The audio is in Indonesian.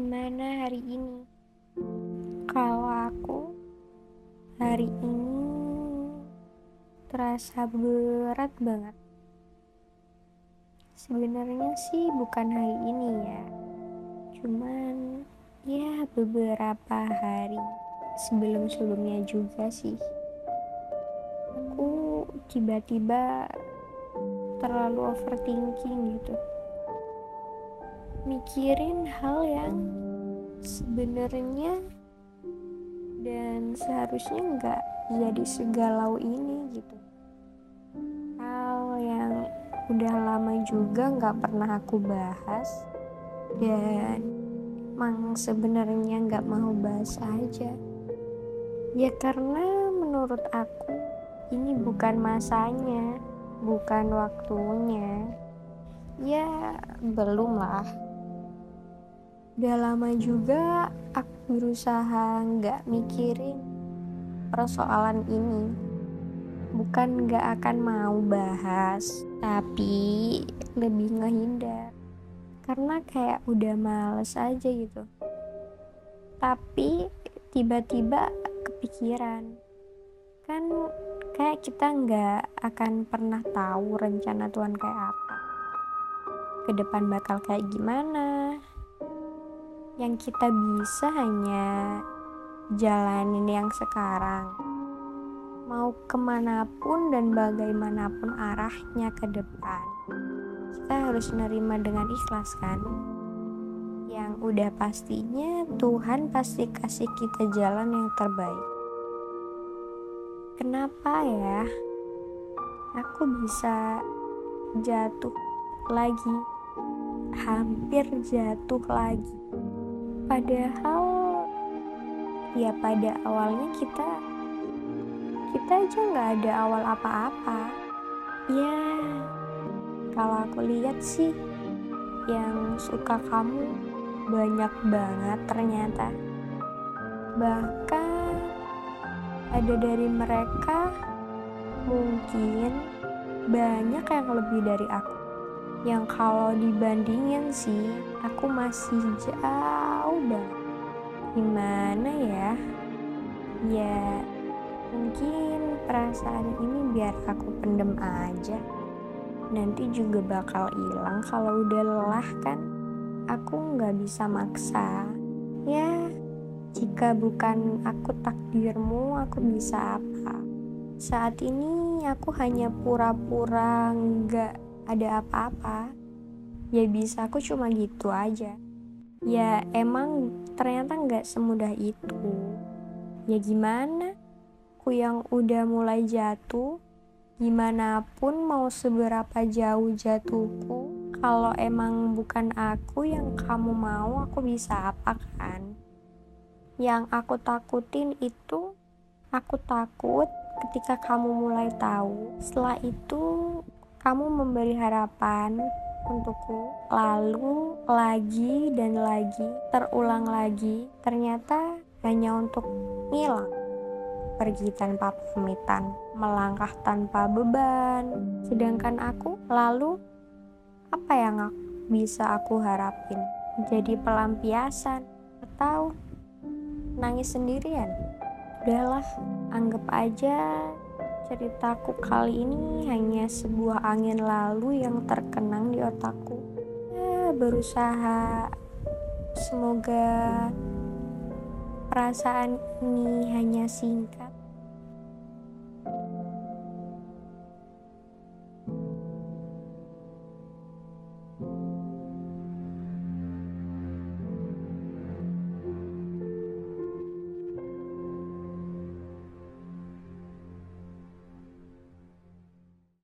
Gimana hari ini? Kalau aku hari ini terasa berat banget. Sebenarnya sih bukan hari ini ya. Cuman ya beberapa hari sebelum-sebelumnya juga sih. Aku tiba-tiba terlalu overthinking gitu. Mikirin hal yang sebenarnya dan seharusnya nggak jadi segalau ini gitu. Hal yang udah lama juga nggak pernah aku bahas dan emang sebenarnya nggak mau bahas aja. Ya karena menurut aku ini bukan masanya, bukan waktunya. Ya belum lah. Udah lama juga aku berusaha nggak mikirin persoalan ini. Bukan nggak akan mau bahas, tapi lebih ngehindar. Karena kayak udah males aja gitu. Tapi tiba-tiba kepikiran. Kan kayak kita nggak akan pernah tahu rencana Tuhan kayak apa. Ke depan bakal kayak gimana. Yang kita bisa hanya jalanin yang sekarang. Mau kemanapun dan bagaimanapun arahnya ke depan, kita harus nerima dengan ikhlas kan. Yang udah pastinya Tuhan pasti kasih kita jalan yang terbaik. Kenapa ya aku bisa jatuh lagi, hampir jatuh lagi? Padahal ya pada awalnya kita aja nggak ada awal apa-apa. Ya kalau aku lihat sih yang suka kamu banyak banget ternyata. Bahkan ada dari mereka mungkin banyak yang lebih dari aku. Yang kalau dibandingin sih aku masih jauh banget. Gimana ya? Ya mungkin perasaan ini biar aku pendem aja. Nanti juga bakal hilang kalau udah lelah kan. Aku gak bisa maksa. Ya jika bukan aku takdirmu, aku bisa apa? Saat ini aku hanya pura-pura gak ada apa-apa. Ya bisa aku cuma gitu aja. Ya emang ternyata gak semudah itu. Ya gimana? Aku yang udah mulai jatuh, gimana pun mau seberapa jauh jatuhku, kalau emang bukan aku yang kamu mau, aku bisa apa kan? Yang aku takutin itu, aku takut ketika kamu mulai tahu. Setelah itu, kamu memberi harapan untukku, lalu lagi dan lagi, terulang lagi, ternyata hanya untuk ngilang. Pergi tanpa pamitan, melangkah tanpa beban. Sedangkan aku, lalu apa yang bisa aku harapin? Jadi pelampiasan atau nangis sendirian? Udahlah, anggap aja ceritaku kali ini hanya sebuah angin lalu yang terkenang di otakku. Ya, berusaha semoga perasaan ini hanya singkat.